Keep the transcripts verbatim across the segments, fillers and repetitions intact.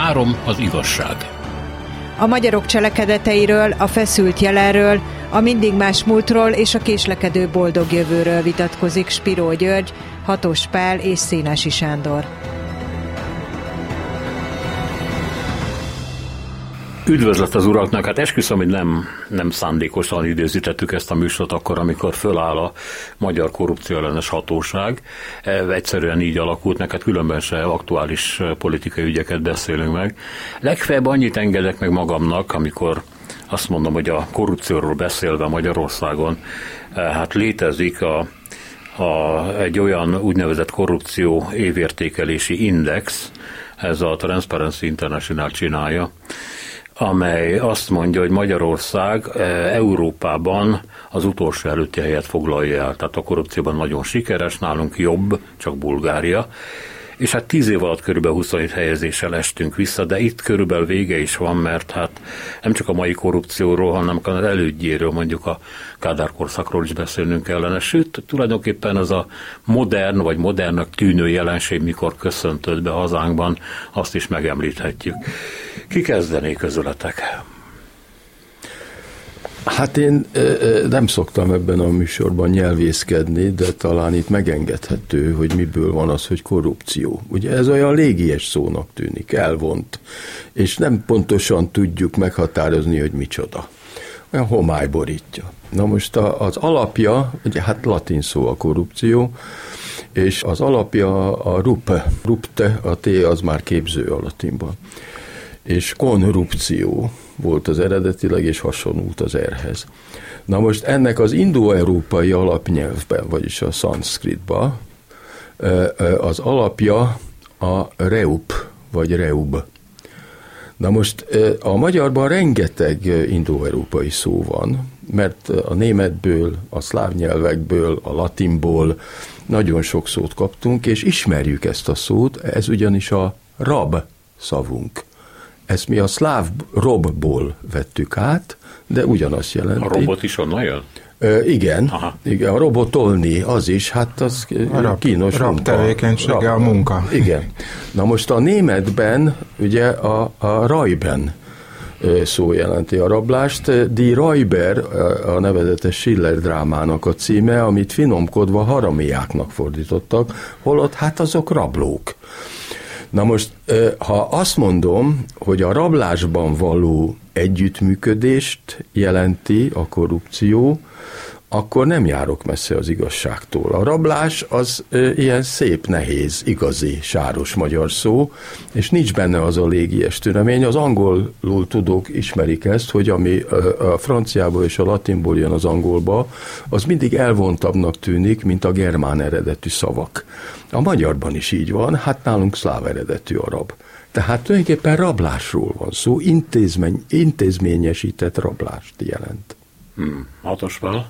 Három az igazság. A magyarok cselekedeteiről, a feszült jelenről, a mindig más múltról és a késlekedő boldog jövőről vitatkozik Spiró György, Hatos Pál és Szénási Sándor. Üdvözlet az uraknak! Hát esküszöm, hogy nem, nem szándékosan időzítettük ezt a műsort akkor, amikor föláll a Magyar Korrupció Ellenes Hatóság. Egyszerűen így alakult, meg hát különben se aktuális politikai ügyeket beszélünk meg. Legfeljebb annyit engedek meg magamnak, amikor azt mondom, hogy a korrupcióról beszélve Magyarországon, hát létezik a, a, egy olyan úgynevezett korrupció évértékelési index, ez a Transparency International csinálja, amely azt mondja, hogy Magyarország Európában az utolsó előtti helyet foglalja el. Tehát a korrupcióban nagyon sikeres, nálunk jobb, csak Bulgária. És hát tíz év alatt körülbelül huszonhét helyezéssel estünk vissza, de itt körülbelül vége is van, mert hát nem csak a mai korrupcióról, hanem az elődjéről, mondjuk a Kádár korszakról is beszélnünk kellene. Sőt, tulajdonképpen ez a modern vagy modernnak tűnő jelenség, mikor köszöntött be hazánkban, azt is megemlíthetjük. Ki kezdené közületek? Hát én nem szoktam ebben a műsorban nyelvészkedni, de talán itt megengedhető, hogy miből van az, hogy korrupció. Ugye ez olyan légies szónak tűnik, elvont, és nem pontosan tudjuk meghatározni, hogy micsoda. Olyan homály borítja. Na most az alapja, ugye hát latin szó a korrupció, és az alapja a rupe, rupte, a T az már képző a latinban. És konrupció volt az eredetileg, és hasonlult az erhez. Na most ennek az indo-európai alapnyelvben, vagyis a szanszkritban az alapja a reup, vagy reub. Na most a magyarban rengeteg indo-európai szó van, mert a németből, a szláv nyelvekből, a latinból nagyon sok szót kaptunk, és ismerjük ezt a szót, ez ugyanis a rab szavunk. Ezt mi a szláv robból vettük át, de ugyanazt jelenti. A robot is onnan jön? Ö, igen, igen, a robotolni, az is, hát az a rab, kínos rab munka. Tevékenysége rab, a munka. Igen. Na most a németben ugye a, a Räuben szó jelenti a rablást. Die Räuber, a nevezetes Schiller drámának a címe, amit finomkodva haramiáknak fordítottak, holott hát azok rablók. Na most, ha azt mondom, hogy a rablásban való együttműködést jelenti a korrupció, akkor nem járok messze az igazságtól. A rablás az ilyen szép, nehéz, igazi, sáros magyar szó, és nincs benne az a légies tünemény. Az angolul tudók ismerik ezt, hogy ami a franciából és a latinból jön az angolba, az mindig elvontabbnak tűnik, mint a germán eredetű szavak. A magyarban is így van, hát nálunk szláv eredetű a rab. Tehát tulajdonképpen rablásról van szó, intézmény, intézményesített rablást jelent. Hmm, Hatos Pál?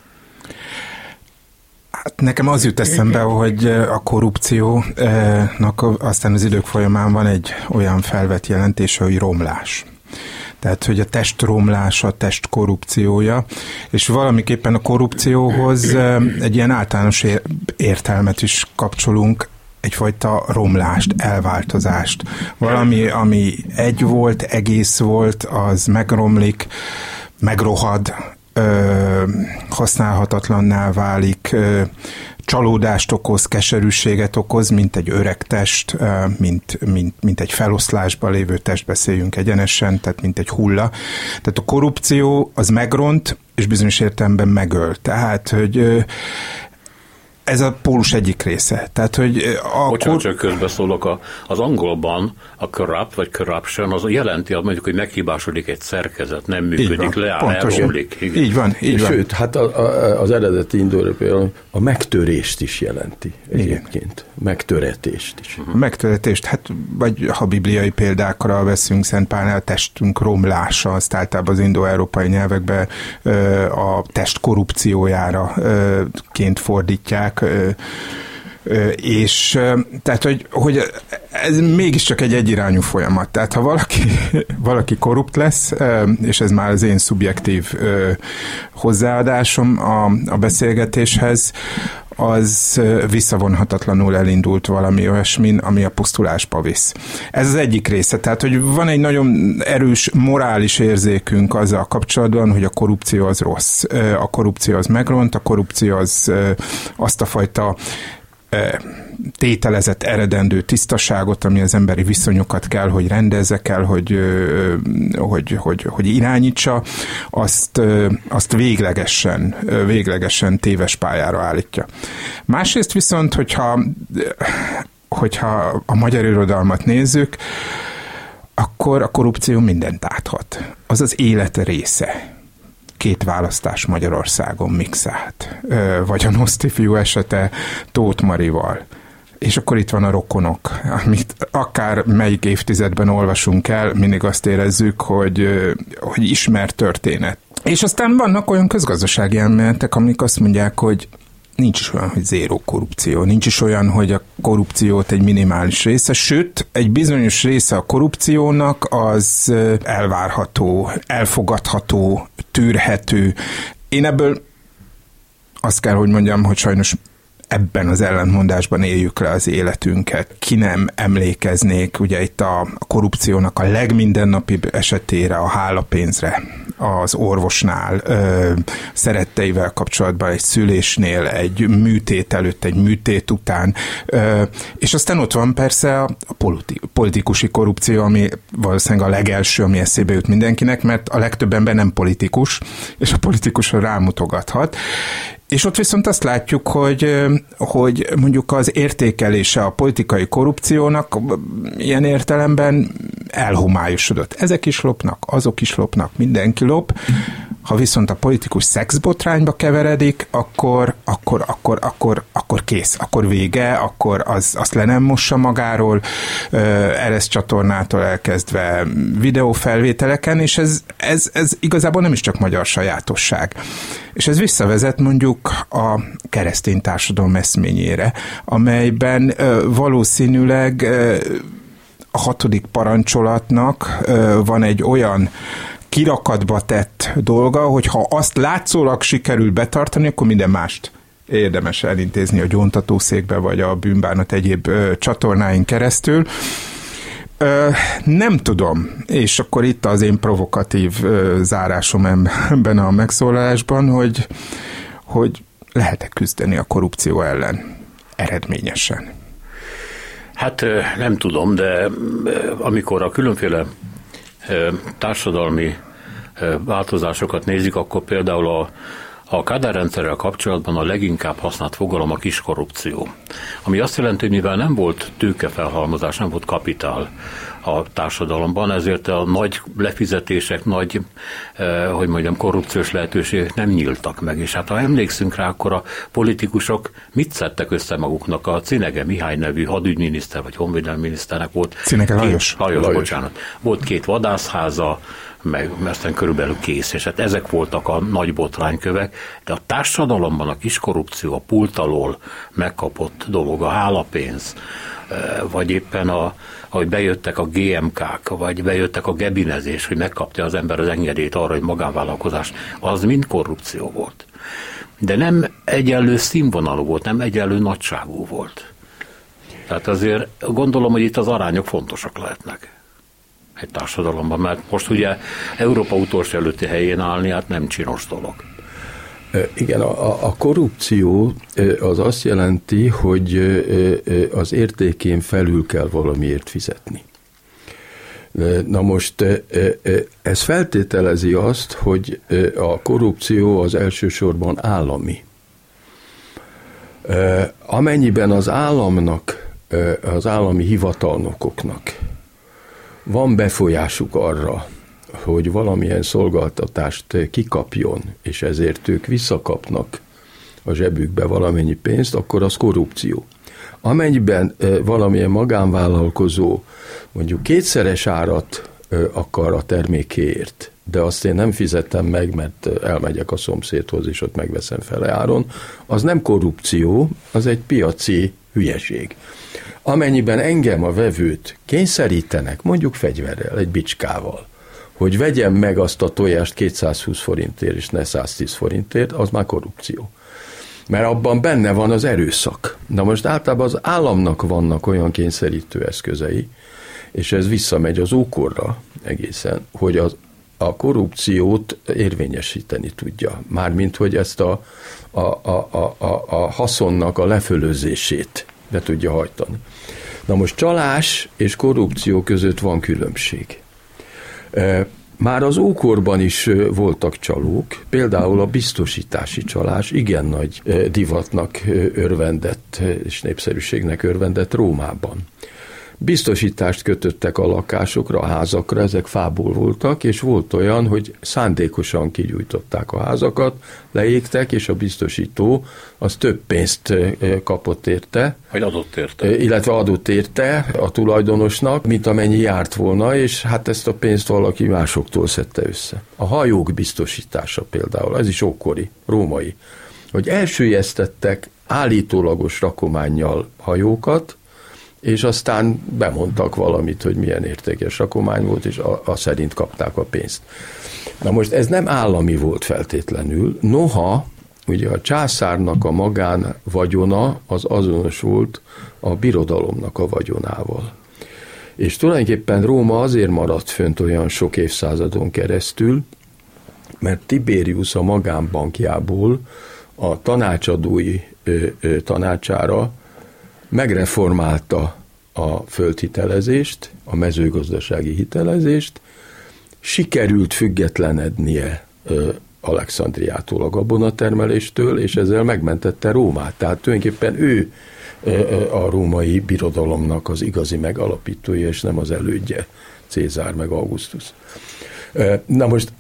Hát nekem az jut eszembe, hogy a korrupciónak aztán az idők folyamán van egy olyan felvett jelentése, hogy romlás. Tehát, hogy a test romlása, a test korrupciója, és valamiképpen a korrupcióhoz egy ilyen általános értelmet is kapcsolunk, egyfajta romlást, elváltozást. Valami, ami egy volt, egész volt, az megromlik, megrohad, Ö, használhatatlanná válik, ö, csalódást okoz, keserűséget okoz, mint egy öreg test, ö, mint, mint, mint egy feloszlásban lévő test, beszéljünk egyenesen, tehát mint egy hulla. Tehát a korrupció az megront, és bizonyos értelemben megöl. Tehát, hogy ö, ez a pólus egyik része. Tehát, hogy a Bocsánat, csak közbeszólok, a, az angolban a corrupt vagy corruption az jelenti, mondjuk, hogy meghibásodik egy szerkezet, nem működik, leáll, elromlik. Így van, így van. Sőt, hát a, a, az eredeti indoeurópai a megtörést is jelenti egyébként. Igen. Megtöretést is. Uh-huh. Megtöretést, hát vagy ha bibliai példákra veszünk, Szent Pálnál a testünk romlása, azt általában az indoeurópai nyelvekben a test korrupciójára ként fordítják, és tehát, hogy, hogy ez mégiscsak egy egyirányú folyamat. Tehát, ha valaki, valaki korrupt lesz, és ez már az én szubjektív hozzáadásom a, a beszélgetéshez, az visszavonhatatlanul elindult valami olyasmin, ami a pusztulásba visz. Ez az egyik része. Tehát, hogy van egy nagyon erős morális érzékünk azzal kapcsolatban, hogy a korrupció az rossz. A korrupció az megront, a korrupció az azt a fajta tételezett eredendő tisztaságot, ami az emberi viszonyokat kell, hogy rendezze kell, hogy, hogy, hogy, hogy irányítsa, azt, azt véglegesen, véglegesen téves pályára állítja. Másrészt viszont, hogyha, hogyha a magyar irodalmat nézzük, akkor a korrupció mindent áthat. Az az élet része. Két választás Magyarországon mixált. Vagy a Nosztifiú esete Tóth Marival. És akkor itt van a rokonok, amit akár melyik évtizedben olvasunk el, mindig azt érezzük, hogy, hogy ismert történet. És aztán vannak olyan közgazdasági elméletek, amik azt mondják, hogy nincs is olyan, hogy zéró korrupció. Nincs is olyan, hogy a korrupciót egy minimális része, sőt, egy bizonyos része a korrupciónak az elvárható, elfogadható, tűrhető. Én ebből azt kell, hogy mondjam, hogy sajnos ebben az ellentmondásban éljük le az életünket. Ki nem emlékeznék ugye itt a korrupciónak a legmizennapibb esetére, a hálapénzre, az orvosnál, ö, szeretteivel kapcsolatban, egy szülésnél, egy műtét előtt, egy műtét után. Ö, és aztán ott van persze a politi- politikusi korrupció, ami valószínűleg a legelső, ami eszébe jut mindenkinek, mert a legtöbb ember nem politikus, és a politikusra rámutogathat. És ott viszont azt látjuk, hogy, hogy mondjuk az értékelése a politikai korrupciónak ilyen értelemben elhomályosodott. Ezek is lopnak, azok is lopnak, mindenki lop. Ha viszont a politikus szexbotrányba keveredik, akkor, akkor, akkor, akkor, akkor kész, akkor vége, akkor az, azt le nem mossa magáról, Eresz csatornától elkezdve videófelvételeken, és ez, ez, ez igazából nem is csak magyar sajátosság. És ez visszavezet mondjuk a keresztény társadalom eszményére, amelyben valószínűleg a hatodik parancsolatnak van egy olyan kirakatba tett dolga, hogy ha azt látszólag sikerül betartani, akkor minden mást érdemes elintézni a gyóntatószékbe, vagy a bűnbánat egyéb ö, csatornáin keresztül. Ö, nem tudom, és akkor itt az én provokatív ö, zárásom ebben a megszólalásban, hogy, hogy lehet-e küzdeni a korrupció ellen eredményesen? Hát nem tudom, de amikor a különféle társadalmi változásokat nézik, akkor például a, a Kádár rendszerrel kapcsolatban a leginkább használt fogalom a kiskorrupció. Ami azt jelenti, hogy mivel nem volt tőkefelhalmozás, nem volt kapitál a társadalomban, ezért a nagy lefizetések, nagy, eh, hogy mondjam, korrupciós lehetőségek nem nyíltak meg. És hát ha emlékszünk rá, akkor a politikusok mit szedtek össze maguknak? A Cinege Mihály nevű hadügyminiszter, vagy honvédelmi miniszternek volt... Cinege Lajos. Két, Lajos, Lajos, bocsánat. Volt két vadászháza, meg aztán körülbelül kész, és hát ezek voltak a nagy botránykövek, de a társadalomban a kis korrupció, a pult alól megkapott dolog, a hálapénz, vagy éppen a, ahogy bejöttek a gé em ká-k, vagy bejöttek a gebinezés, hogy megkapja az ember az engedélyt arra, hogy magánvállalkozás, az mind korrupció volt. De nem egyenlő színvonalú volt, nem egyenlő nagyságú volt. Tehát azért gondolom, hogy itt az arányok fontosak lehetnek egy társadalomban, mert most ugye Európa utolsó előtti helyén állni, hát nem csinos dolog. Igen, a, a korrupció az azt jelenti, hogy az értékén felül kell valamiért fizetni. Na most ez feltételezi azt, hogy a korrupció az elsősorban állami. Amennyiben az államnak, az állami hivatalnokoknak van befolyásuk arra, hogy valamilyen szolgáltatást kikapjon, és ezért ők visszakapnak a zsebükbe valamennyi pénzt, akkor az korrupció. Amennyiben valamilyen magánvállalkozó mondjuk kétszeres árat akar a termékéért, de azt én nem fizetem meg, mert elmegyek a szomszédhoz, és ott megveszem fele áron, az nem korrupció, az egy piaci hülyeség. Amennyiben engem a vevőt kényszerítenek, mondjuk fegyverrel, egy bicskával, hogy vegyem meg azt a tojást kétszázhúsz forintért, és ne száztíz forintért, az már korrupció. mert abban benne van az erőszak. Na most általában az államnak vannak olyan kényszerítő eszközei, és ez visszamegy az ókorra egészen, hogy az, a korrupciót érvényesíteni tudja. Mármint, hogy ezt a, a, a, a, a, a haszonnak a lefölözését be tudja hajtani. Na most csalás és korrupció között van különbség. Már az ókorban is voltak csalók, például a biztosítási csalás igen nagy divatnak örvendett és népszerűségnek örvendett Rómában. Biztosítást kötöttek a lakásokra, a házakra, ezek fából voltak, és volt olyan, hogy szándékosan kigyújtották a házakat, leégtek, és a biztosító az több pénzt kapott érte. Vagy adott érte. Illetve adott érte a tulajdonosnak, mint amennyi járt volna, és hát ezt a pénzt valaki másoktól szedte össze. A hajók biztosítása például, ez is ókori, római, hogy elsüllyesztettek állítólagos rakománnyal hajókat, és aztán bemondtak valamit, hogy milyen értékes rakomány volt, és a, a szerint kapták a pénzt. Na most ez nem állami volt feltétlenül, noha ugye a császárnak a magán vagyona az azonos volt a birodalomnak a vagyonával. És tulajdonképpen Róma azért maradt fönt olyan sok évszázadon keresztül, mert Tiberius a magánbankjából a tanácsadói ö, ö, tanácsára megreformálta a földhitelezést, a mezőgazdasági hitelezést, sikerült függetlenednie Alexandriától, a gabonatermeléstől, és ezzel megmentette Rómát. Tehát tulajdonképpen ő a római birodalomnak az igazi megalapítója, és nem az elődje, Cézár meg Augustus. Na most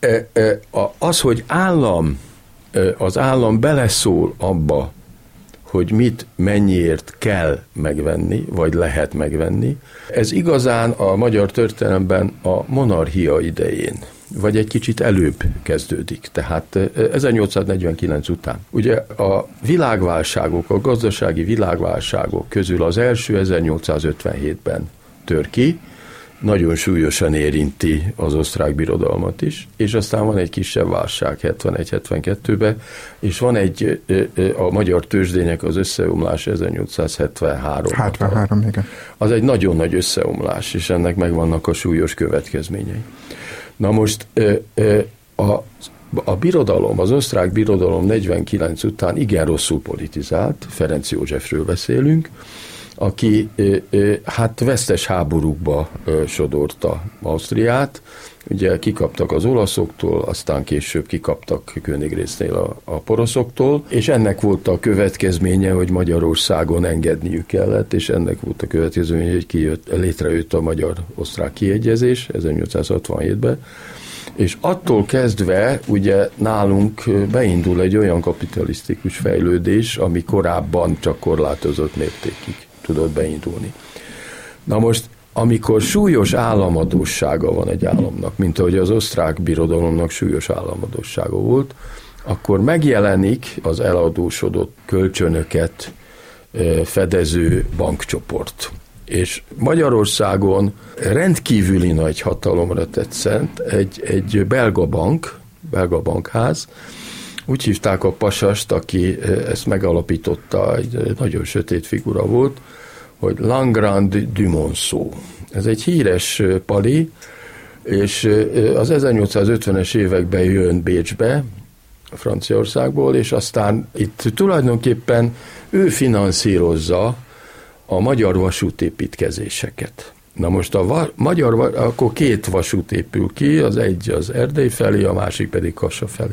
az, hogy állam, az állam beleszól abba, hogy mit, mennyiért kell megvenni, vagy lehet megvenni. Ez igazán a magyar történelemben a monarchia idején, vagy egy kicsit előbb kezdődik, tehát ezernyolcszáznegyvenkilenc után. Ugye a világválságok, a gazdasági világválságok közül az első ezernyolcszázötvenhétben tör ki, nagyon súlyosan érinti az osztrák birodalmat is, és aztán van egy kisebb válság hetvenegy hetvenkettőben, és van egy a magyar tőzsdének az összeomlás ezernyolcszázhetvenhárom. hetvenhárom, igen. Az egy nagyon nagy összeomlás, és ennek megvannak a súlyos következményei. Na most a, a birodalom, az osztrák birodalom negyvenkilenc után igen rosszul politizált, Ferenc Józsefről beszélünk, aki hát vesztes háborúkba sodorta Ausztriát, ugye kikaptak az olaszoktól, aztán később kikaptak Königrésznél a, a poroszoktól, és ennek volt a következménye, hogy Magyarországon engedniük kellett, és ennek volt a következménye, hogy kijött, létrejött a magyar-osztrák kiegyezés ezernyolcszázhatvanhétben, és attól kezdve ugye nálunk beindul egy olyan kapitalisztikus fejlődés, ami korábban csak korlátozott mértékig tudott beindulni. Na most, amikor súlyos államadóssága van egy államnak, mint ahogy az osztrák birodalomnak súlyos államadóssága volt, akkor megjelenik az eladósodott kölcsönöket fedező bankcsoport. És Magyarországon rendkívüli nagy hatalomra tett szent egy, egy belga bank, belga bankház, úgy hívták a pasast, aki ezt megalapította, egy nagyon sötét figura volt, hogy Langrand du Monceau. Ez egy híres pali, és az ezernyolcszázötvenes években jön Bécsbe, Franciaországból, és aztán itt tulajdonképpen ő finanszírozza a magyar vasútépítkezéseket. Na most a va- magyar, akkor két vasút épül ki, az egy az Erdély felé, a másik pedig Kassa felé.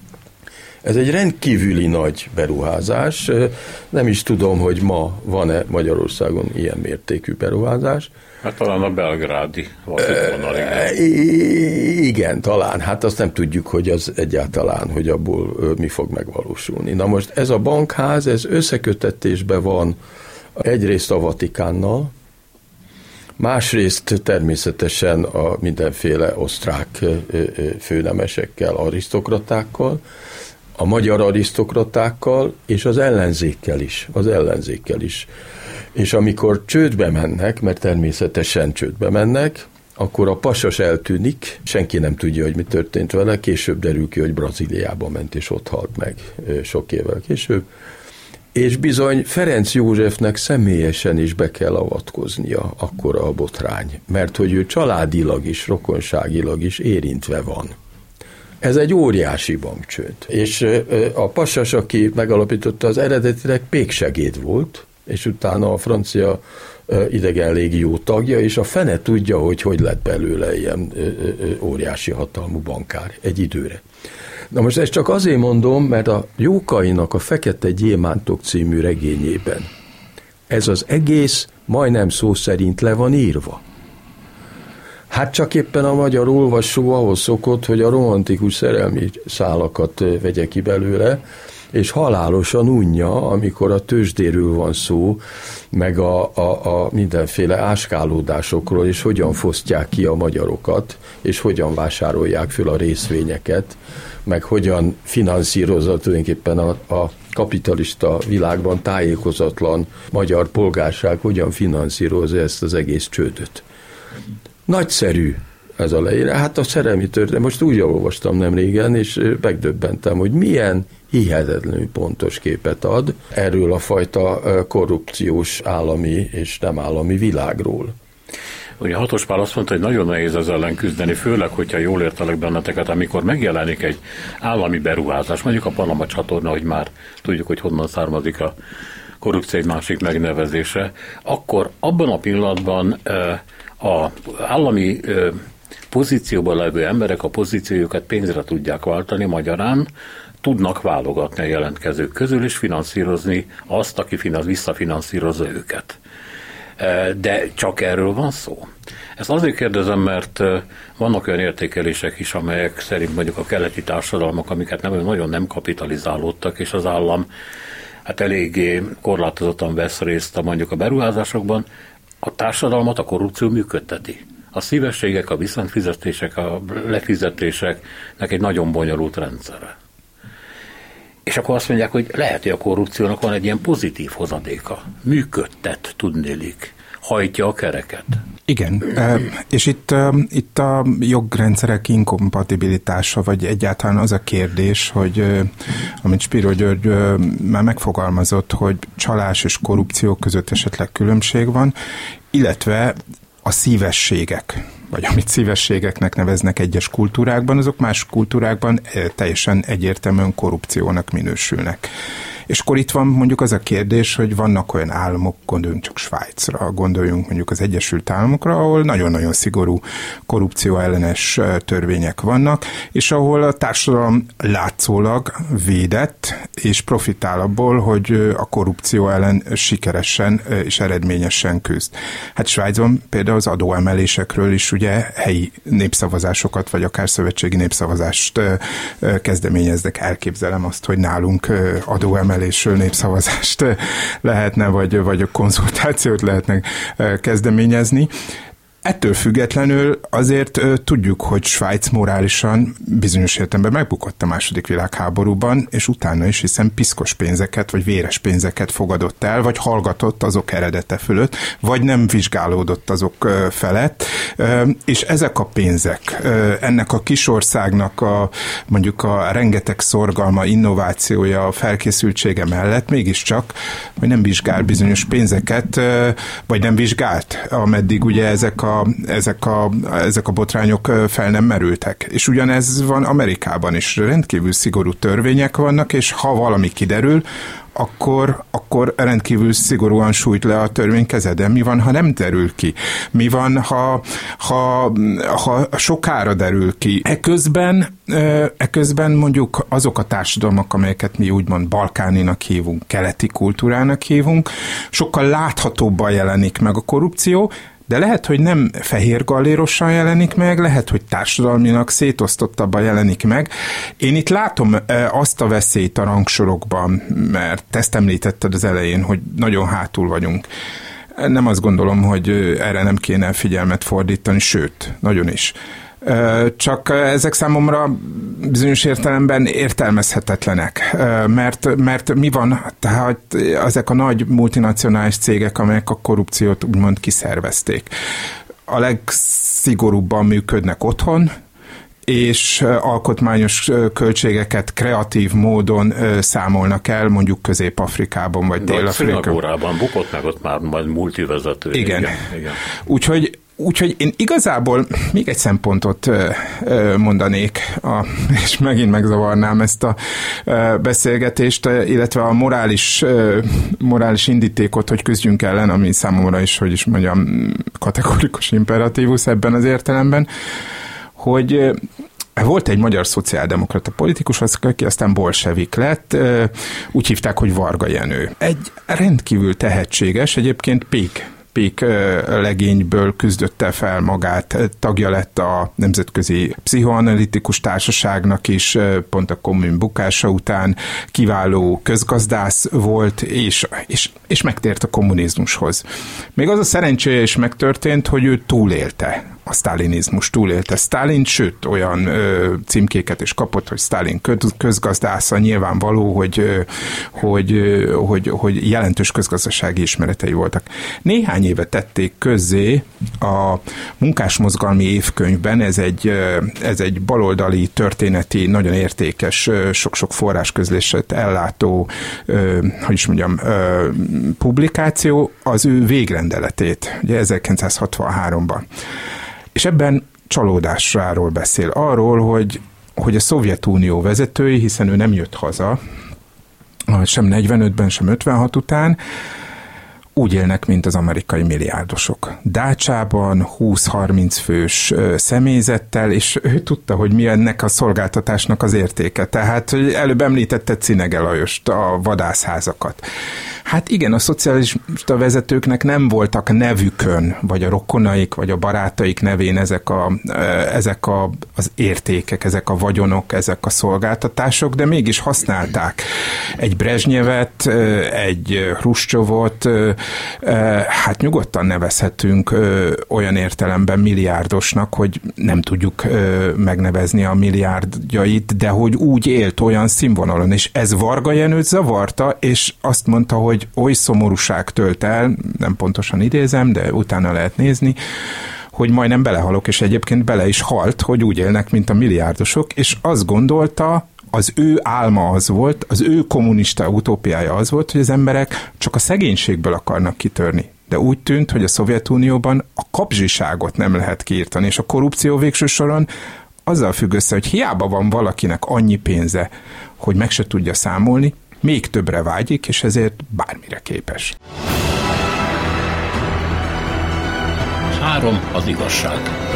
Ez egy rendkívüli nagy beruházás, nem is tudom, hogy ma van-e Magyarországon ilyen mértékű beruházás. Hát talán a belgrádi vasútvonal, igen. Igen, talán, hát azt nem tudjuk, hogy az egyáltalán, hogy abból mi fog megvalósulni. Na most ez a bankház, ez összekötetésben van egyrészt a Vatikánnal, másrészt természetesen a mindenféle osztrák főnemesekkel, arisztokratákkal, a magyar arisztokratákkal, és az ellenzékkel is, az ellenzékkel is. És amikor csődbe mennek, mert természetesen csődbe mennek, akkor a pasas eltűnik, senki nem tudja, hogy mi történt vele, később derül ki, hogy Brazíliába ment, és ott halt meg sok évvel később. és bizony Ferenc Józsefnek személyesen is be kell avatkoznia akkora a botrány, mert hogy ő családilag is, rokonságilag is érintve van. Ez egy óriási bankcsőd. És a Passas, aki megalapította, az eredetileg péksegéd volt, és utána a francia idegen légió tagja, és a fene tudja, hogy hogy lett belőle ilyen óriási hatalmú bankár egy időre. Na most ezt csak azért mondom, mert a Jókainak a Fekete Gyémántok című regényében ez az egész majdnem szó szerint le van írva. Hát csak éppen a magyar olvasó ahhoz szokott, hogy a romantikus szerelmi szálakat vegye ki belőle, és halálosan unja, amikor a tőzsdéről van szó, meg a, a, a mindenféle áskálódásokról, és hogyan fosztják ki a magyarokat, és hogyan vásárolják föl a részvényeket, meg hogyan finanszírozza tulajdonképpen a, a kapitalista világban tájékozatlan magyar polgárság, hogyan finanszírozza ezt az egész csődöt. Nagyszerű ez a leírás. Hát a szerelmi történet, most úgy olvastam nem régen, és megdöbbentem, hogy milyen hihetetlenül pontos képet ad erről a fajta korrupciós állami és nem állami világról. Ugye Hatos Pál azt mondta, hogy nagyon nehéz ezzel ellen küzdeni, főleg, hogyha jól értelek benneteket, amikor megjelenik egy állami beruházás, mondjuk a Panama csatorna, hogy már tudjuk, hogy honnan származik a korrupció egy másik megnevezése, akkor abban a pillanatban az állami pozícióban levő emberek a pozíciójukat pénzre tudják váltani, magyarán tudnak válogatni a jelentkezők közül, és finanszírozni azt, aki visszafinanszírozza őket. De csak erről van szó. Ezt azért kérdezem, mert vannak olyan értékelések is, amelyek szerint mondjuk a keleti társadalmak, amiket nem, nagyon nem kapitalizálódtak, és az állam hát eléggé korlátozottan vesz részt a mondjuk a beruházásokban, a társadalmat a korrupció működteti. A szívességek, a viszontfizetések, a lefizetéseknek egy nagyon bonyolult rendszere. És akkor azt mondják, hogy lehet, hogy a korrupciónak van egy ilyen pozitív hozadéka. Működtet, tudnélik, hajtja a kereket. Igen, és itt, itt a jogrendszerek inkompatibilitása, vagy egyáltalán az a kérdés, hogy amit Spiro György már megfogalmazott, hogy csalás és korrupció között esetleg különbség van, illetve a szívességek, vagy amit szívességeknek neveznek egyes kultúrákban, azok más kultúrákban teljesen egyértelműen korrupciónak minősülnek. És akkor itt van mondjuk az a kérdés, hogy vannak olyan államok, gondoljunk csak Svájcra, gondoljunk mondjuk az Egyesült Államokra, ahol nagyon-nagyon szigorú korrupció ellenes törvények vannak, és ahol a társadalom látszólag védett, és profitál abból, hogy a korrupció ellen sikeresen és eredményesen küzd. Hát Svájcban például az adóemelésekről is ugye helyi népszavazásokat, vagy akár szövetségi népszavazást kezdeményeznek. Elképzelem azt, hogy nálunk adóemelésről népszavazást lehetne, vagy, vagy a konzultációt lehetne kezdeményezni. Ettől függetlenül azért tudjuk, hogy Svájc morálisan bizonyos értelemben megbukott a második világháborúban, és utána is, hiszen piszkos pénzeket, vagy véres pénzeket fogadott el, vagy hallgatott azok eredete fölött, vagy nem vizsgálódott azok felett, és ezek a pénzek, ennek a kisországnak a mondjuk a rengeteg szorgalma, innovációja, a felkészültsége mellett mégiscsak, hogy nem vizsgál bizonyos pénzeket, vagy nem vizsgált, ameddig ugye ezek a A, ezek, a, ezek a botrányok fel nem merültek. És ugyanez van Amerikában is. Rendkívül szigorú törvények vannak, és ha valami kiderül, akkor, akkor rendkívül szigorúan sújt le a törvény kezeden. Mi van, ha nem derül ki? Mi van, ha, ha, ha sokára derül ki? Eközben, eközben mondjuk azok a társadalmak, amelyeket mi úgymond balkáninak hívunk, keleti kultúrának hívunk, sokkal láthatóbban jelenik meg a korrupció, de lehet, hogy nem fehér gallérosan jelenik meg, lehet, hogy társadalmilag szétosztottabban jelenik meg. Én itt látom azt a veszélyt a rangsorokban, mert ezt említetted az elején, hogy nagyon hátul vagyunk. Nem azt gondolom, hogy erre nem kéne figyelmet fordítani, sőt, nagyon is. Csak ezek számomra bizonyos értelemben értelmezhetetlenek, mert, mert mi van, tehát ezek a nagy multinacionális cégek, amelyek a korrupciót úgymond kiszervezték. A legszigorúbban működnek otthon, és alkotmányos költségeket kreatív módon számolnak el, mondjuk Közép-Afrikában, vagy Dél-Afrikában. Szingapúrában bukott meg, ott már majd multivezető. Igen. Igen. Igen. Úgyhogy Úgyhogy én igazából még egy szempontot mondanék, a, és megint megzavarnám ezt a beszélgetést, illetve a morális, morális indítékot, hogy küzdjünk ellen, ami számomra is, hogy is mondjam, kategorikus imperatívus ebben az értelemben, hogy volt egy magyar szociáldemokrata politikus, aki aztán bolsevik lett, úgy hívták, hogy Varga Jenő. Egy rendkívül tehetséges, egyébként Pék Pék legényből küzdötte fel magát, tagja lett a Nemzetközi Pszichoanalitikus Társaságnak is, pont a kommun bukása után kiváló közgazdász volt, és, és, és megtért a kommunizmushoz. Még az a szerencséje is megtörtént, hogy ő túlélte a sztálinizmus, túlélte Sztálint, sőt, olyan ö, címkéket is kapott, hogy Sztálin közgazdásza, nyilvánvaló, hogy, ö, hogy, ö, hogy, hogy jelentős közgazdasági ismeretei voltak. Néhány éve tették közzé a munkásmozgalmi évkönyvben, ez egy, ö, ez egy baloldali történeti, nagyon értékes, ö, sok-sok forrásközléset ellátó, ö, hogy is mondjam, ö, publikáció, az ő végrendeletét, ugye ezerkilencszázhatvanháromban. És ebben csalódásráról beszél. Arról, hogy, hogy a Szovjetunió vezetői, hiszen ő nem jött haza, sem negyvenötben, sem ötvenhat után, úgy élnek, mint az amerikai milliárdosok. Dácsában húsz-harminc fős személyzettel, és ő tudta, hogy mi ennek a szolgáltatásnak az értéke. Tehát előbb említette Cinege Lajost, a vadászházakat. Hát igen, a szocialista vezetőknek nem voltak nevükön, vagy a rokonaik, vagy a barátaik nevén ezek, a, ezek a, az értékek, ezek a vagyonok, ezek a szolgáltatások, de mégis használták egy Brezsnyevet, egy Hruscsovot, hát nyugodtan nevezhetünk olyan értelemben milliárdosnak, hogy nem tudjuk megnevezni a milliárdjait, de hogy úgy élt olyan színvonalon, és ez Varga Jenőt zavarta, és azt mondta, hogy oly szomorúság tölt el, nem pontosan idézem, de utána lehet nézni, hogy majdnem belehalok, és egyébként bele is halt, hogy úgy élnek, mint a milliárdosok, és azt gondolta, az ő álma az volt, az ő kommunista utópiája az volt, hogy az emberek csak a szegénységből akarnak kitörni. De úgy tűnt, hogy a Szovjetunióban a kapzsiságot nem lehet kiirtani, és a korrupció végső soron azzal függ össze, hogy hiába van valakinek annyi pénze, hogy meg se tudja számolni, még többre vágyik, és ezért bármire képes. Három az igazság.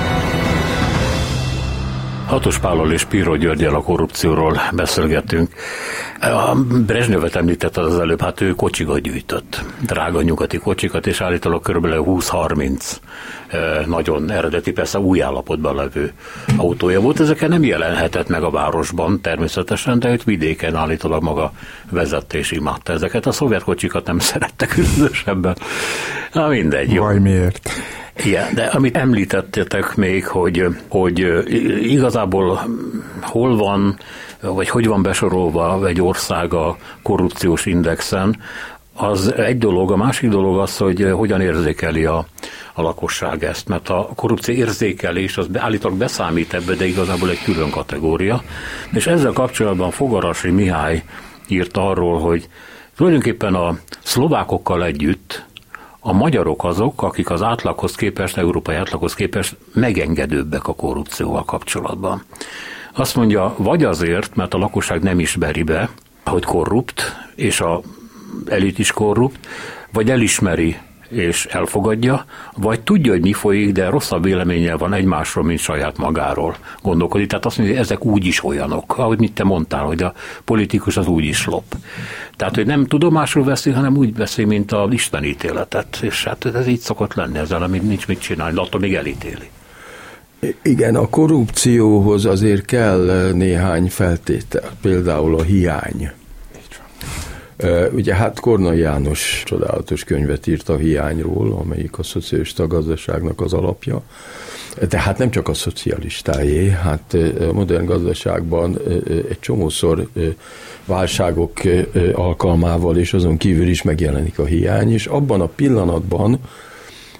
Hatos Pállal és Piró Györggyel a korrupcióról beszélgettünk. A Brezsnyevet említette az előbb, hát ő kocsikat gyűjtött, drága nyugati kocsikat, és állítólag körülbelül húsz-harminc nagyon eredeti, persze új állapotban levő autója volt. Ezeken nem jelenhetett meg a városban természetesen, de őt vidéken állítólag maga vezette és imádta ezeket. A szovjet kocsikat nem szerettek különösebben. Na mindegy. Jó. Vaj, miért? Igen, de amit említettetek még, hogy, hogy igazából hol van, vagy hogy van besorolva egy ország a korrupciós indexen, az egy dolog, a másik dolog az, hogy hogyan érzékeli a, a lakosság ezt, mert a korrupció érzékelés az állítólag beszámít ebbe, de igazából egy külön kategória, és ezzel kapcsolatban Fogarasi Mihály írt arról, hogy tulajdonképpen a szlovákokkal együtt a magyarok azok, akik az átlaghoz képest, európai átlaghoz képest megengedőbbek a korrupcióval kapcsolatban. Azt mondja, vagy azért, mert a lakosság nem ismeri be, hogy korrupt, és a elit is korrupt, vagy elismeri és elfogadja, vagy tudja, hogy mi folyik, de rosszabb véleménnyel van egymásról, mint saját magáról gondolkodik. Tehát azt mondja, hogy ezek úgyis olyanok, ahogy mit te mondtál, hogy a politikus az úgyis lop. Tehát, hogy nem tudomásról veszi, hanem úgy veszi, mint az istenítéletet. És hát ez így szokott lenni ezzel, amit nincs mit csinálni, de attól még elítéli. Igen, a korrupcióhoz azért kell néhány feltétel, például a hiány. Ugye hát Kornai János csodálatos könyvet írt a hiányról, amelyik a szocialista gazdaságnak az alapja. De hát nem csak a szocialistájé, hát a modern gazdaságban egy csomószor válságok alkalmával és azon kívül is megjelenik a hiány, és abban a pillanatban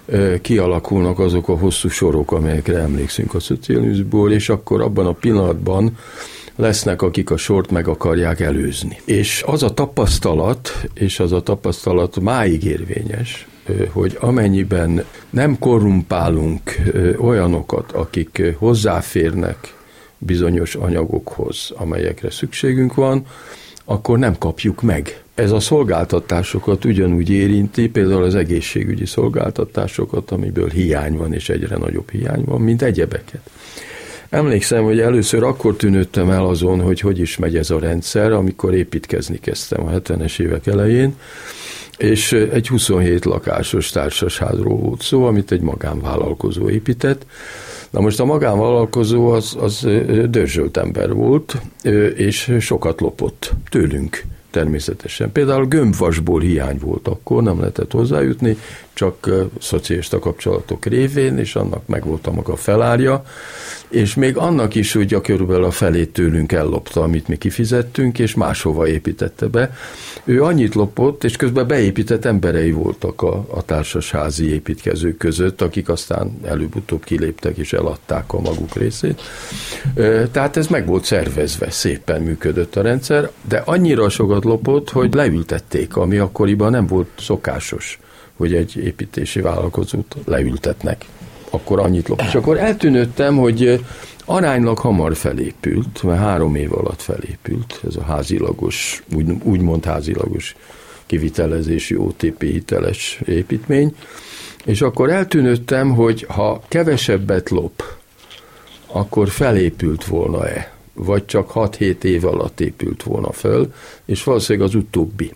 kialakulnak azok a hosszú sorok, amelyekre emlékszünk a szocializmusból, és akkor abban a pillanatban lesznek, akik a sort meg akarják előzni. És az a tapasztalat, és az a tapasztalat máig érvényes, hogy amennyiben nem korrumpálunk olyanokat, akik hozzáférnek bizonyos anyagokhoz, amelyekre szükségünk van, akkor nem kapjuk meg. Ez a szolgáltatásokat ugyanúgy érinti, például az egészségügyi szolgáltatásokat, amiből hiány van, és egyre nagyobb hiány van, mint egyebeket. Emlékszem, hogy először akkor tűnődtem el azon, hogy hogy is megy ez a rendszer, amikor építkezni kezdtem a hetvenes évek elején, és egy huszonhét lakásos társasházról volt szó, amit egy magánvállalkozó épített. Na most a magánvállalkozó az, az dörzsölt ember volt, és sokat lopott tőlünk természetesen. Például gömbvasból hiány volt akkor, nem lehetett hozzájutni, csak szocialista kapcsolatok révén, és annak megvolt a maga felárja, és még annak is ugye körülbelül a felét tőlünk ellopta, amit mi kifizettünk, és máshova építette be. Ő annyit lopott, és közben beépített emberei voltak a, a társasházi építkezők között, akik aztán előbb-utóbb kiléptek és eladták a maguk részét. Tehát ez meg volt szervezve, szépen működött a rendszer, de annyira sokat lopott, hogy leültették, ami akkoriban nem volt szokásos, hogy egy építési vállalkozót leültetnek. Akkor annyit lopott. És akkor eltűnődtem, hogy aránylag hamar felépült, mert három év alatt felépült ez a házilagos, úgy, úgymond házilagos kivitelezési o té pé hiteles építmény, és akkor eltűnődtem, hogy ha kevesebbet lop, akkor felépült volna-e, vagy csak hat-hét év alatt épült volna föl, és valószínűleg az utóbbi.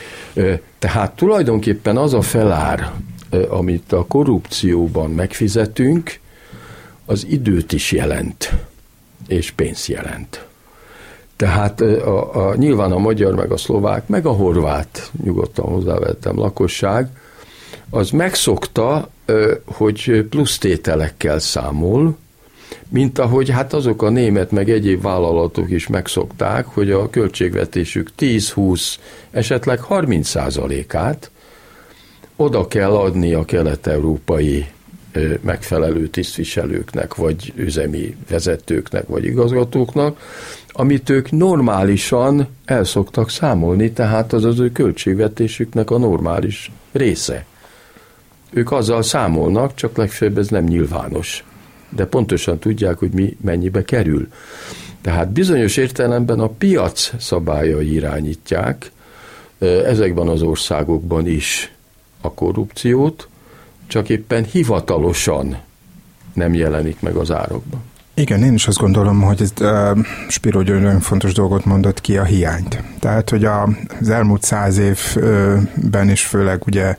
Tehát tulajdonképpen az a felár, amit a korrupcióban megfizetünk, az időt is jelent, és pénzt jelent. Tehát a, a, nyilván a magyar, meg a szlovák, meg a horvát, nyugodtan hozzávettem lakosság, az megszokta, hogy plusztételekkel számol, mint ahogy hát azok a német, meg egyéb vállalatok is megszokták, hogy a költségvetésük tíz-húsz, esetleg harminc százalékát oda kell adni a kelet-európai megfelelő tisztviselőknek, vagy üzemi vezetőknek, vagy igazgatóknak, amit ők normálisan el szoktak számolni, tehát az az ő költségvetésüknek a normális része. Ők azzal számolnak, csak legfeljebb ez nem nyilvános. De pontosan tudják, hogy mi mennyibe kerül. Tehát bizonyos értelemben a piac szabályai irányítják ezekben az országokban is a korrupciót, csak éppen hivatalosan nem jelenik meg az árakban. Igen, én is azt gondolom, hogy ez, uh, Spiro György nagyon fontos dolgot mondott ki, a hiányt. Tehát, hogy a, az elmúlt száz évben is főleg ugye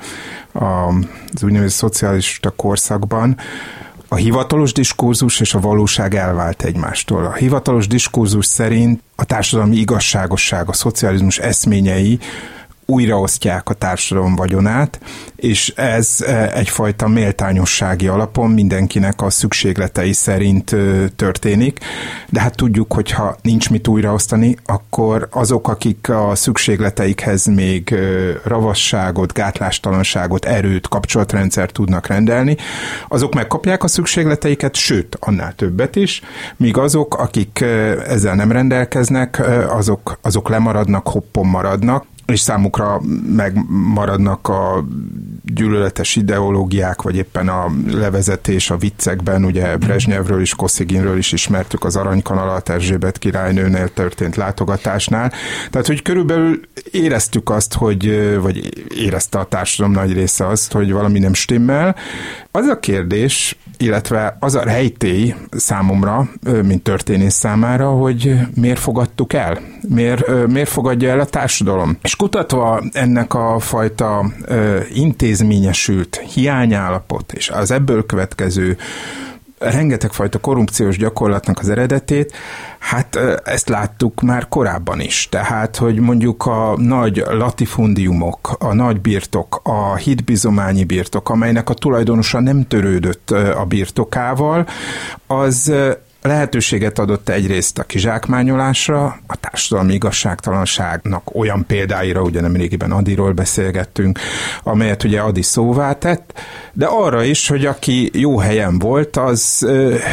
az úgynevezett szocialista korszakban a hivatalos diskurzus és a valóság elvált egymástól. A hivatalos diskurzus szerint a társadalmi igazságosság, a szocializmus eszményei újraosztják a társadalom vagyonát, és ez egyfajta méltányossági alapon mindenkinek a szükségletei szerint történik, de hát tudjuk, hogy ha nincs mit újraosztani, akkor azok, akik a szükségleteikhez még ravasságot, gátlástalanságot, erőt, kapcsolatrendszert tudnak rendelni, azok megkapják a szükségleteiket, sőt, annál többet is, míg azok, akik ezzel nem rendelkeznek, azok, azok lemaradnak, hoppon maradnak, és számukra megmaradnak a gyűlöletes ideológiák, vagy éppen a levezetés a viccekben, ugye Brezsnyevről is, Kosziginről is ismertük az Aranykanalat, Erzsébet királynőnél történt látogatásnál. Tehát, hogy körülbelül éreztük azt, hogy, vagy érezte a társadalom nagy része azt, hogy valami nem stimmel. Az a kérdés, illetve az a rejtély számomra, mint történész számára, hogy miért fogadtuk el? Miért, miért fogadja el a társadalom? És kutatva ennek a fajta intézményesült hiányállapot, és az ebből következő rengeteg fajta korrupciós gyakorlatnak az eredetét, hát ezt láttuk már korábban is. Tehát, hogy mondjuk a nagy latifundiumok, a nagy birtok, a hitbizományi birtok, amelynek a tulajdonosa nem törődött a birtokával, az lehetőséget adott egyrészt a kizsákmányolásra, a társadalmi igazságtalanságnak olyan példáira, ugye nemrégiben Adiról beszélgettünk, amelyet ugye Adi szóvá tett, de arra is, hogy aki jó helyen volt, az,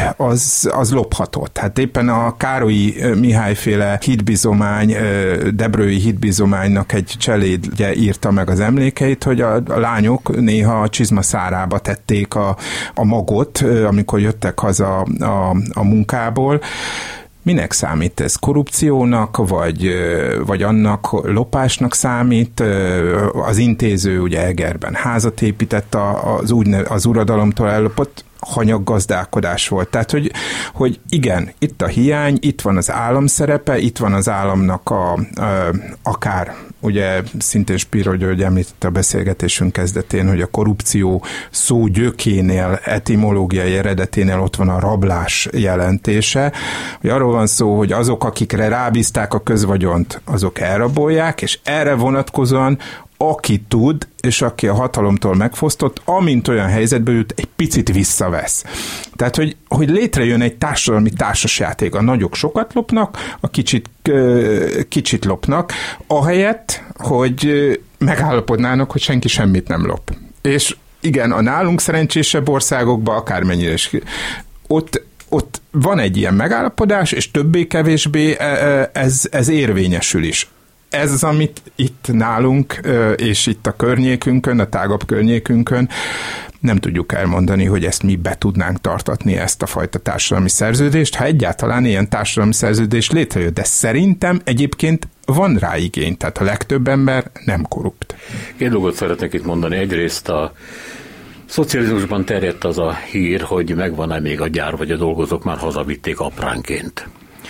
az, az lophatott. Hát éppen a Károlyi Mihályféle hitbizomány, debrői hitbizománynak egy cselédje írta meg az emlékeit, hogy a, a lányok néha a csizmaszárába tették a, a magot, amikor jöttek haza a, a munkából. Minek számít ez? Korrupciónak, vagy, vagy annak lopásnak számít? Az intéző ugye Egerben házat épített, az, úgy, az uradalomtól ellopott, hanyaggazdálkodás volt. Tehát, hogy, hogy igen, itt a hiány, itt van az állam szerepe, itt van az államnak a, a akár, ugye szintén Spiro György említette a beszélgetésünk kezdetén, hogy a korrupció szó gyökénél, etimológiai eredeténél ott van a rablás jelentése, hogy arról van szó, hogy azok, akikre rábízták a közvagyont, azok elrabolják, és erre vonatkozóan aki tud, és aki a hatalomtól megfosztott, amint olyan helyzetbe jut, egy picit visszavesz. Tehát, hogy, hogy létrejön egy társadalmi társasjáték. A nagyok sokat lopnak, a kicsit, kicsit lopnak, ahelyett, hogy megállapodnának, hogy senki semmit nem lop. És igen, a nálunk szerencsésebb országokban akármennyire is ott ott van egy ilyen megállapodás, és többé-kevésbé ez, ez érvényesül is. Ez az, amit itt nálunk, és itt a környékünkön, a tágabb környékünkön nem tudjuk elmondani, hogy ezt mi be tudnánk tartatni, ezt a fajta társadalmi szerződést, ha egyáltalán ilyen társadalmi szerződés létrejön. De szerintem egyébként van rá igény, tehát a legtöbb ember nem korrupt. Két dolgot szeretnék itt mondani. Egyrészt a szocializmusban terjedt az a hír, hogy megvan-e még a gyár, vagy a dolgozók már hazavitték apránként.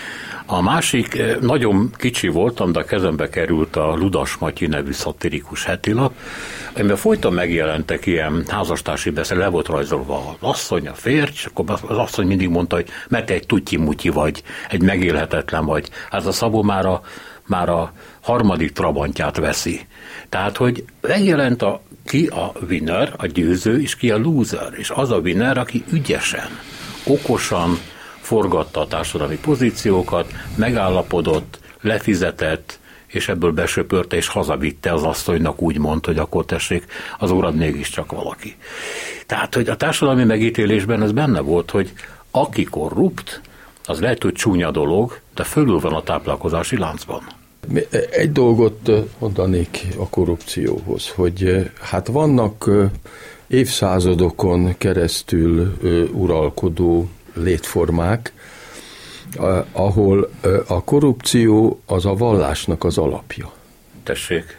A másik, nagyon kicsi voltam, de a kezembe került a Ludas Matyi nevű szatirikus hetilap, amiben folyton megjelentek ilyen házastársi beszél, le volt rajzolva az asszony, a férj, és akkor az asszony mindig mondta, hogy mert egy tutyi-mutyi vagy, egy megélhetetlen vagy. Hát a Szabó már a, már a harmadik trabantját veszi. Tehát, hogy megjelent a, ki a winner, a győző, és ki a loser, és az a winner, aki ügyesen, okosan forgatta a társadalmi pozíciókat, megállapodott, lefizetett, és ebből besöpörte, és hazavitte az asszonynak, úgy mondta, hogy akkor tessék, az urad mégiscsak valaki. Tehát, hogy a társadalmi megítélésben ez benne volt, hogy aki korrupt, az lehet, hogy csúnya dolog, de fölül van a táplálkozási láncban. Egy dolgot mondanék a korrupcióhoz, hogy hát vannak évszázadokon keresztül uralkodó létformák, ahol a korrupció az a vallásnak az alapja. Tessék.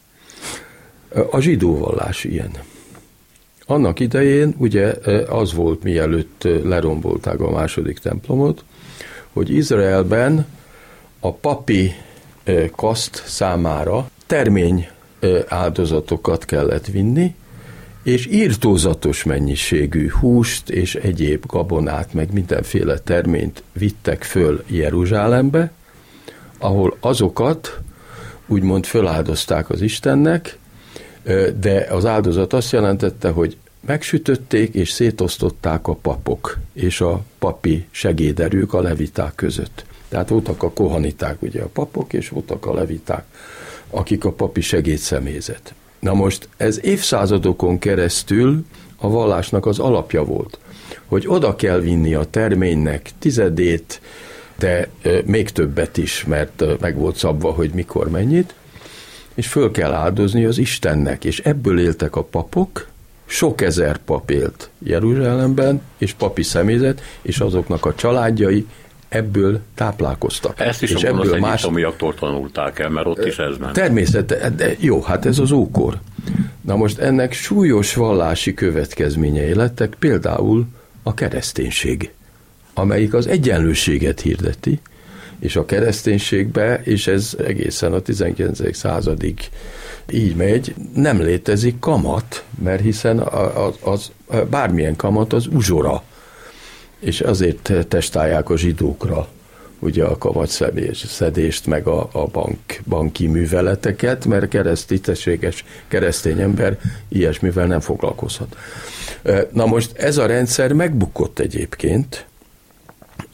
A zsidó vallás ilyen. Annak idején ugye az volt, mielőtt lerombolták a második templomot, hogy Izraelben a papi kaszt számára termény áldozatokat kellett vinni, és irtózatos mennyiségű húst és egyéb gabonát, meg mindenféle terményt vittek föl Jeruzsálembe, ahol azokat úgymond föláldozták az Istennek, de az áldozat azt jelentette, hogy megsütötték és szétosztották a papok és a papi segéderők a leviták között. Tehát voltak a kohaniták, ugye a papok, és voltak a leviták, akik a papi segédszemélyzet. Na most ez évszázadokon keresztül a vallásnak az alapja volt, hogy oda kell vinni a terménynek tizedét, de még többet is, mert meg volt szabva, hogy mikor mennyit, és föl kell áldozni az Istennek, és ebből éltek a papok, sok ezer pap élt Jeruzsálemben, és papi személyzet, és azoknak a családjai ebből táplálkoztak. Ezt is és a ebből más... egyiptomiaktól tanulták el, mert ott is ez ment. Természetesen, de jó, hát ez az ókor. Na most ennek súlyos vallási következményei lettek, például a kereszténység, amelyik az egyenlőséget hirdeti, és a kereszténységbe, és ez egészen a tizenkilencedik századig így megy, nem létezik kamat, mert hiszen az, az, bármilyen kamat az uzsora, és azért testálják a zsidókra ugye a kamatszedést, meg a, a bank, banki műveleteket, mert keresztítességes keresztény ember ilyesmivel nem foglalkozhat. Na most ez a rendszer megbukott egyébként,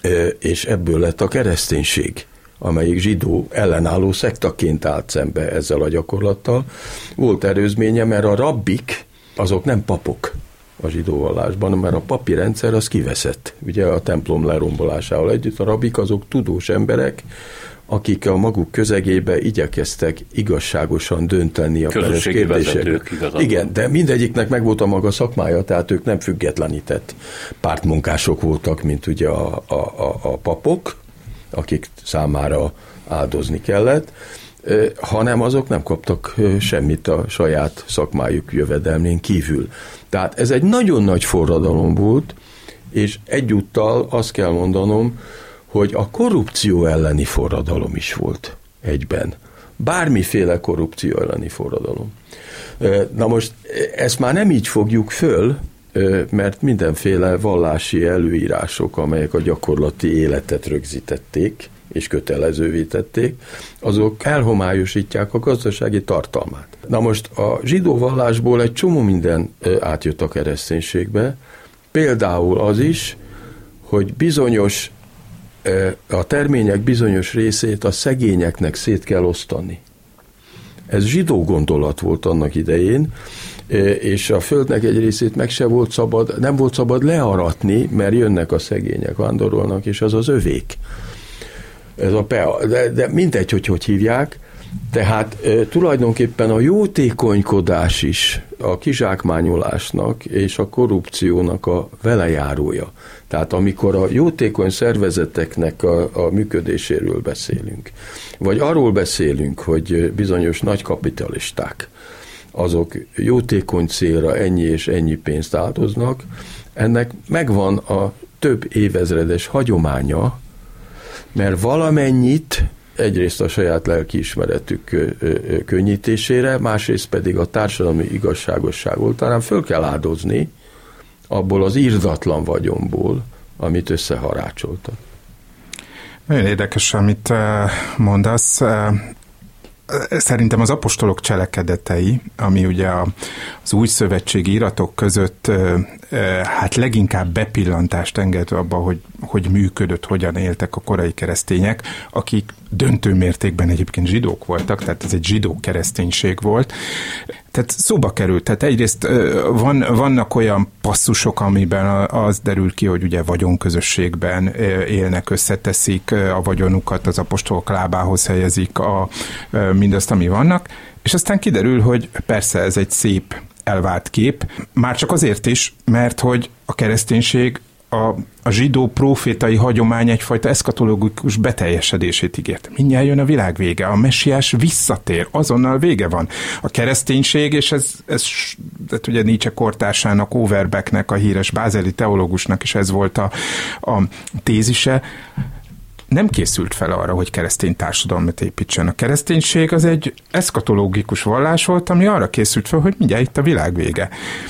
és ebből lett a kereszténység, amelyik zsidó ellenálló szektaként állt szembe ezzel a gyakorlattal. Volt erőzménye, mert a rabbik, azok nem papok a zsidó vallásban, mert a papi rendszer az kiveszett. Ugye a templom lerombolásával együtt a rabbik azok tudós emberek, akik a maguk közegébe igyekeztek igazságosan dönteni a peres kérdésekben. Igen, de mindegyiknek megvolt a maga szakmája, tehát ők nem függetlenített pártmunkások voltak, mint ugye a, a, a, a papok, akik számára áldozni kellett, hanem azok nem kaptak semmit a saját szakmájuk jövedelmén kívül. Tehát ez egy nagyon nagy forradalom volt, és egyúttal azt kell mondanom, hogy a korrupció elleni forradalom is volt egyben. Bármiféle korrupció elleni forradalom. Na most ezt már nem így fogjuk föl, mert mindenféle vallási előírások, amelyek a gyakorlati életet rögzítették, és kötelezővé tették, azok elhomályosítják a gazdasági tartalmát. Na most a zsidó vallásból egy csomó minden átjött a kereszténységbe, például az is, hogy bizonyos, a termények bizonyos részét a szegényeknek szét kell osztani. Ez zsidó gondolat volt annak idején, és a földnek egy részét meg se volt szabad, nem volt szabad learatni, mert jönnek a szegények, vándorolnak, és az az övék. Ez a pea, de, de mindegy, hogy hogy hívják, tehát e, tulajdonképpen a jótékonykodás is a kizsákmányolásnak és a korrupciónak a velejárója. Tehát amikor a jótékony szervezeteknek a, a működéséről beszélünk, vagy arról beszélünk, hogy bizonyos nagykapitalisták, azok jótékony célra ennyi és ennyi pénzt áldoznak, ennek megvan a több évezredes hagyománya, mert valamennyit egyrészt a saját lelkiismeretük könnyítésére, másrészt pedig a társadalmi igazságosság oltárán föl kell áldozni abból az irdatlan vagyonból, amit összeharácsoltak. Nagyon érdekes, amit mondasz. Szerintem az apostolok cselekedetei, ami ugye az új szövetségi iratok között hát leginkább bepillantást enged abba, hogy, hogy működött, hogyan éltek a korai keresztények, akik döntő mértékben egyébként zsidók voltak, tehát ez egy zsidó kereszténység volt. Tehát szóba került, tehát egyrészt van, vannak olyan passzusok, amiben az derül ki, hogy ugye vagyonközösségben élnek, összeteszik a vagyonukat, az apostolok lábához helyezik a, mindazt, ami vannak, és aztán kiderül, hogy persze ez egy szép elvált kép, már csak azért is, mert hogy a kereszténység a, a zsidó profétai hagyomány egyfajta eszkatológikus beteljesedését ígért. Mindjárt jön a világ vége, a messiás visszatér, azonnal vége van. A kereszténység, és ez, ez, ez ugye Nietzsche kortársának, Overbecknek, a híres bázeli teológusnak is ez volt a, a tézise, nem készült fel arra, hogy keresztény társadalmat építsen. A kereszténység az egy eszkatológikus vallás volt, ami arra készült fel, hogy mindjárt itt a világ vége.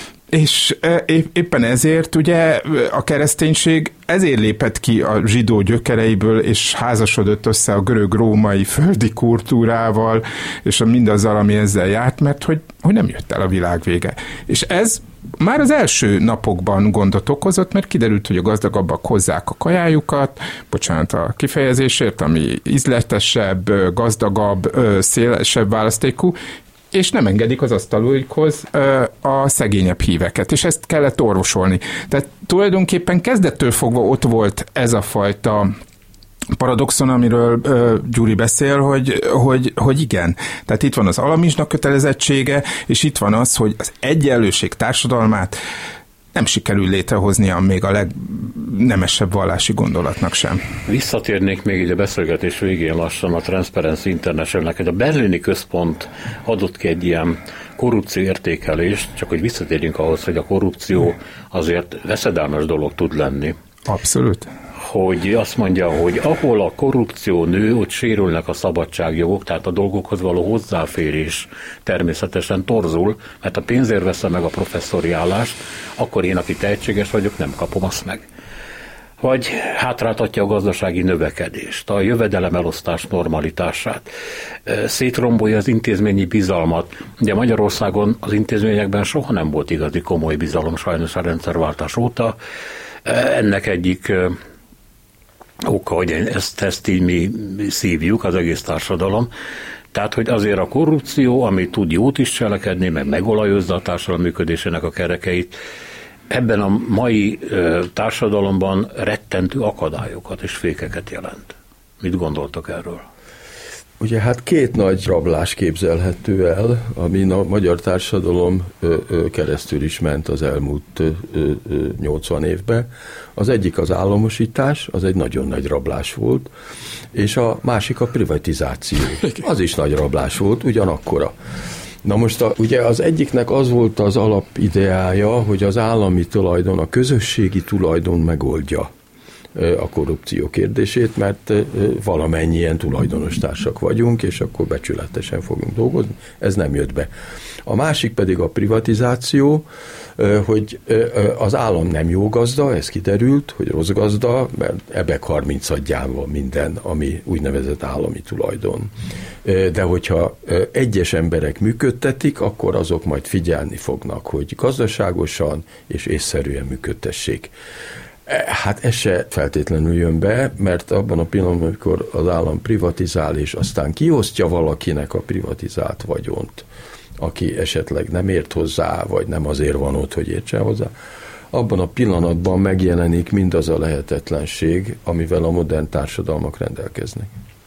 És éppen ezért ugye a kereszténység ezért lépett ki a zsidó gyökereiből, és házasodott össze a görög-római földi kultúrával, és mindazzal, ami ezzel járt, mert hogy, hogy nem jött el a világ vége. És ez már az első napokban gondot okozott, mert kiderült, hogy a gazdagabbak hozzák a kajájukat, bocsánat a kifejezésért, ami ízletesebb, gazdagabb, szélesebb választékú, és nem engedik az asztalukhoz a szegényebb híveket, és ezt kellett orvosolni. Tehát tulajdonképpen kezdettől fogva ott volt ez a fajta paradoxon, amiről uh, Gyuri beszél, hogy, hogy, hogy igen. Tehát itt van az alamizsna kötelezettsége, és itt van az, hogy az egyenlőség társadalmát nem sikerül létrehoznia még a legnemesebb vallási gondolatnak sem. Visszatérnék még így a beszélgetés végén lassan a Transparency International-nek, hogy a berlini központ adott ki egy ilyen korrupció értékelést, csak hogy visszatérjünk ahhoz, hogy a korrupció azért veszedelmes dolog tud lenni. Abszolút. Hogy azt mondja, hogy ahol a korrupció nő, ott sérülnek a szabadságjogok, tehát a dolgokhoz való hozzáférés természetesen torzul, mert a pénzért veszem meg a professzori állást, akkor én, aki tehetséges vagyok, nem kapom azt meg. Vagy hátráltatja a gazdasági növekedést, a jövedelemelosztás normalitását, szétrombolja az intézményi bizalmat. Ugye Magyarországon az intézményekben soha nem volt igazi komoly bizalom, sajnos a rendszerváltás óta. Ennek egyik oka, hogy ezt, ezt így mi szívjuk, az egész társadalom. Tehát, hogy azért a korrupció, ami tud jót is cselekedni, meg megolajozza a társadalom működésének a kerekeit, ebben a mai ö, társadalomban rettentő akadályokat és fékeket jelent. Mit gondoltok erről? Ugye hát két nagy rablás képzelhető el, amin a magyar társadalom ö, ö, keresztül is ment az elmúlt ö, ö, nyolcvan évben. Az egyik az államosítás, az egy nagyon nagy rablás volt, és a másik a privatizáció. Az is nagy rablás volt, ugyanakkora. Na most a, ugye az egyiknek az volt az alapideája, hogy az állami tulajdon, a közösségi tulajdon megoldja a korrupció kérdését, mert valamennyien tulajdonos társak vagyunk, és akkor becsületesen fogunk dolgozni. Ez nem jött be. A másik pedig a privatizáció, hogy az állam nem jó gazda, ez kiderült, hogy rossz gazda, mert ebek harmincadján van minden, ami úgynevezett állami tulajdon. De hogyha egyes emberek működtetik, akkor azok majd figyelni fognak, hogy gazdaságosan és észszerűen működtessék. Hát ez se feltétlenül jön be, mert abban a pillanatban, amikor az állam privatizál, és aztán kiosztja valakinek a privatizált vagyont, aki esetleg nem ért hozzá, vagy nem azért van ott, hogy értsen hozzá, abban a pillanatban megjelenik mindaz a lehetetlenség, amivel a modern társadalmak rendelkeznek.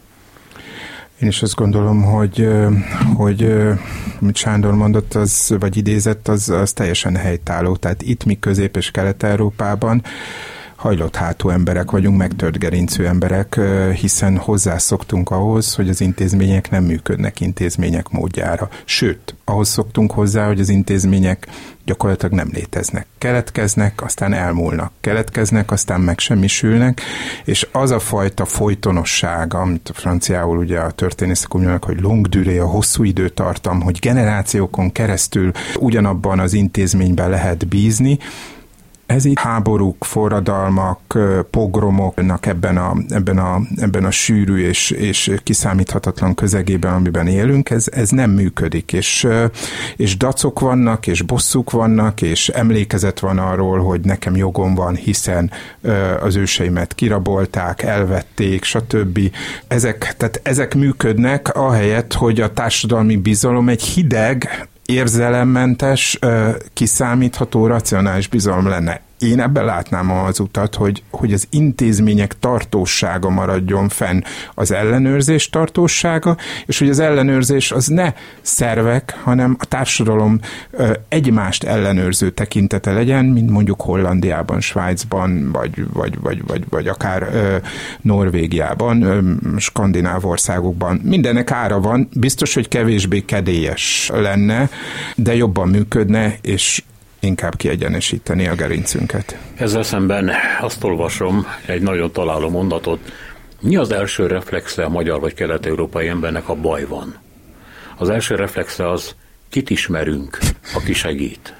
Én is azt gondolom, hogy, hogy amit Sándor mondott, az, vagy idézett, az, az teljesen helytálló. Tehát itt mi Közép- és Kelet-Európában hajlott hátú emberek vagyunk, megtört gerincű emberek, hiszen hozzászoktunk ahhoz, hogy az intézmények nem működnek intézmények módjára. Sőt, ahhoz szoktunk hozzá, hogy az intézmények gyakorlatilag nem léteznek. Keletkeznek, aztán elmúlnak. Keletkeznek, aztán megsemmisülnek, és az a fajta folytonosság, amit a franciául ugye a történészek úgy mondják, hogy longue durée, a hosszú időtartam, hogy generációkon keresztül ugyanabban az intézményben lehet bízni, ez így háborúk, forradalmak, pogromoknak ebben a, ebben a, ebben a sűrű és, és kiszámíthatatlan közegében, amiben élünk, ez, ez nem működik, és, és dacok vannak, és bosszúk vannak, és emlékezet van arról, hogy nekem jogom van, hiszen az őseimet kirabolták, elvették, stb. Ezek, tehát ezek működnek, ahelyett, hogy a társadalmi bizalom egy hideg, érzelemmentes, kiszámítható, racionális bizalom lenne. Én ebben látnám az utat, hogy, hogy az intézmények tartósága maradjon fenn, az ellenőrzés tartósága, és hogy az ellenőrzés az ne szervek, hanem a társadalom egymást ellenőrző tekintete legyen, mint mondjuk Hollandiában, Svájcban, vagy, vagy, vagy, vagy, vagy akár Norvégiában, skandináv országokban. Mindennek ára van, biztos, hogy kevésbé kedélyes lenne, de jobban működne, és inkább kiegyenesíteni a gerincünket. Ezzel szemben azt olvasom, egy nagyon találó mondatot, mi az első reflexe a magyar vagy kelet-európai embernek, ha baj van? Az első reflexe az, kit ismerünk, aki segít.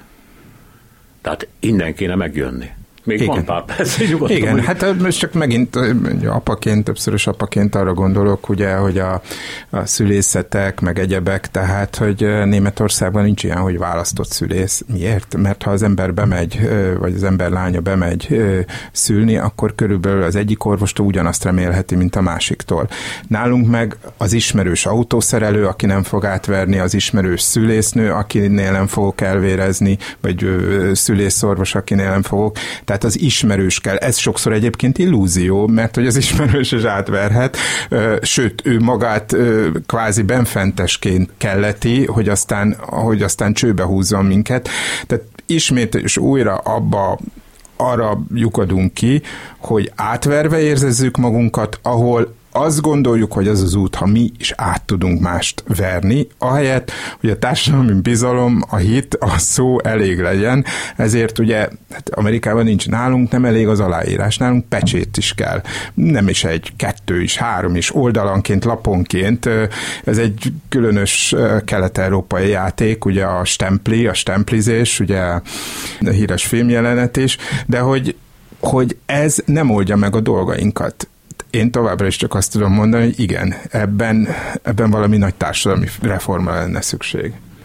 Tehát innen kéne megjönni. Még igen. Van pár perc, nyugodtan. Igen, hát most csak megint apaként, többszörös apaként arra gondolok, ugye, hogy a, a szülészetek, meg egyebek, tehát, hogy Németországban nincs ilyen, hogy választott szülész. Miért? Mert ha az ember bemegy, vagy az ember lánya bemegy szülni, akkor körülbelül az egyik orvostól ugyanazt remélheti, mint a másiktól. Nálunk meg az ismerős autószerelő, aki nem fog átverni, az ismerős szülésznő, akinél nem fogok elvérezni, vagy szülészorvos, akinél nem fogok. Tehát az ismerős kell. Ez sokszor egyébként illúzió, mert hogy az ismerős is átverhet, sőt, ő magát kvázi benfentesként kelleti, hogy aztán, hogy aztán csőbe húzzon minket. Tehát ismét és újra abba arra lyukadunk ki, hogy átverve érzezzük magunkat, ahol azt gondoljuk, hogy az az út, ha mi is át tudunk mást verni, ahelyett, hogy a társadalmi bizalom, a hit, a szó elég legyen, ezért ugye hát Amerikában nincs, nálunk nem elég az aláírás, nálunk pecsét is kell. Nem is egy, kettő is, három is, oldalanként, laponként. Ez egy különös kelet-európai játék, ugye a stempli, a stemplizés, ugye a híres filmjelenet is, de hogy, hogy ez nem oldja meg a dolgainkat. Én továbbra is csak azt tudom mondani, hogy igen, ebben, ebben valami nagy társadalmi reformra lenne szükség.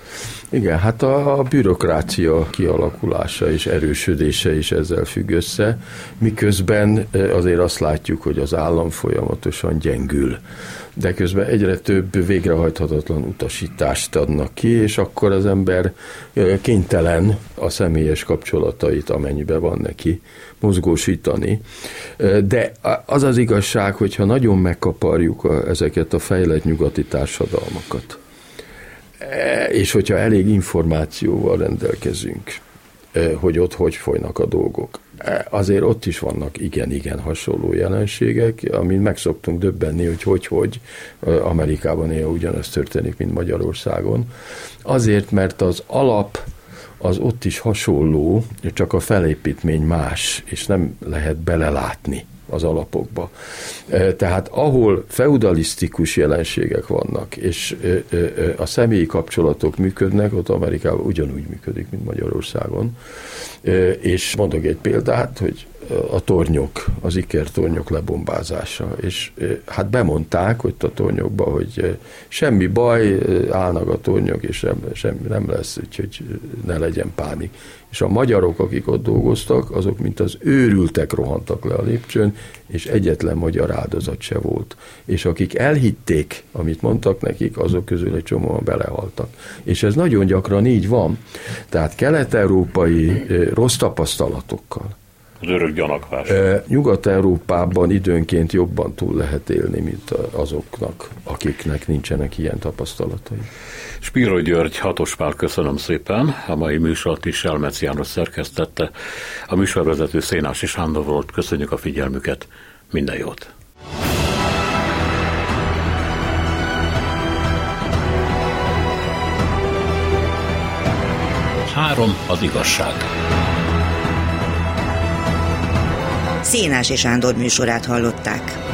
Igen, hát a, a bürokrácia kialakulása és erősödése is ezzel függ össze, miközben azért azt látjuk, hogy az állam folyamatosan gyengül. De közben egyre több végrehajthatatlan utasítást adnak ki, és akkor az ember kénytelen a személyes kapcsolatait, amennyiben van neki, mozgósítani. De az az igazság, hogyha nagyon megkaparjuk a, ezeket a fejlett nyugati társadalmakat, és hogyha elég információval rendelkezünk, hogy ott hogy folynak a dolgok, azért ott is vannak igen-igen hasonló jelenségek, amin meg szoktunk döbbenni, hogy hogy-hogy Amerikában néha ugyanaz történik, mint Magyarországon. Azért, mert az alap az ott is hasonló, csak a felépítmény más, és nem lehet belelátni az alapokba. Tehát ahol feudalisztikus jelenségek vannak, és a személyi kapcsolatok működnek, ott Amerikában ugyanúgy működik, mint Magyarországon. És mondok egy példát, hogy a tornyok, az ikertornyok lebombázása, és hát bemondták, hogy a tornyokba, hogy semmi baj, állnak a tornyok, és sem, sem, nem lesz, úgyhogy ne legyen pánik. És a magyarok, akik ott dolgoztak, azok mint az őrültek rohantak le a lépcsőn, és egyetlen magyar áldozat se volt. És akik elhitték, amit mondtak nekik, azok közül egy csomóan belehaltak. És ez nagyon gyakran így van. Tehát kelet-európai rossz tapasztalatokkal, az örök gyanakvás. Nyugat-Európában időnként jobban túl lehet élni, mint azoknak, akiknek nincsenek ilyen tapasztalatai. Spiro György, Hatos Pál, köszönöm szépen. A mai műsort is Selmecz János szerkesztette. A műsorvezető Szénási Sándor volt. Köszönjük a figyelmüket. Minden jót! Három az igazság. Szénási Sándor műsorát hallották.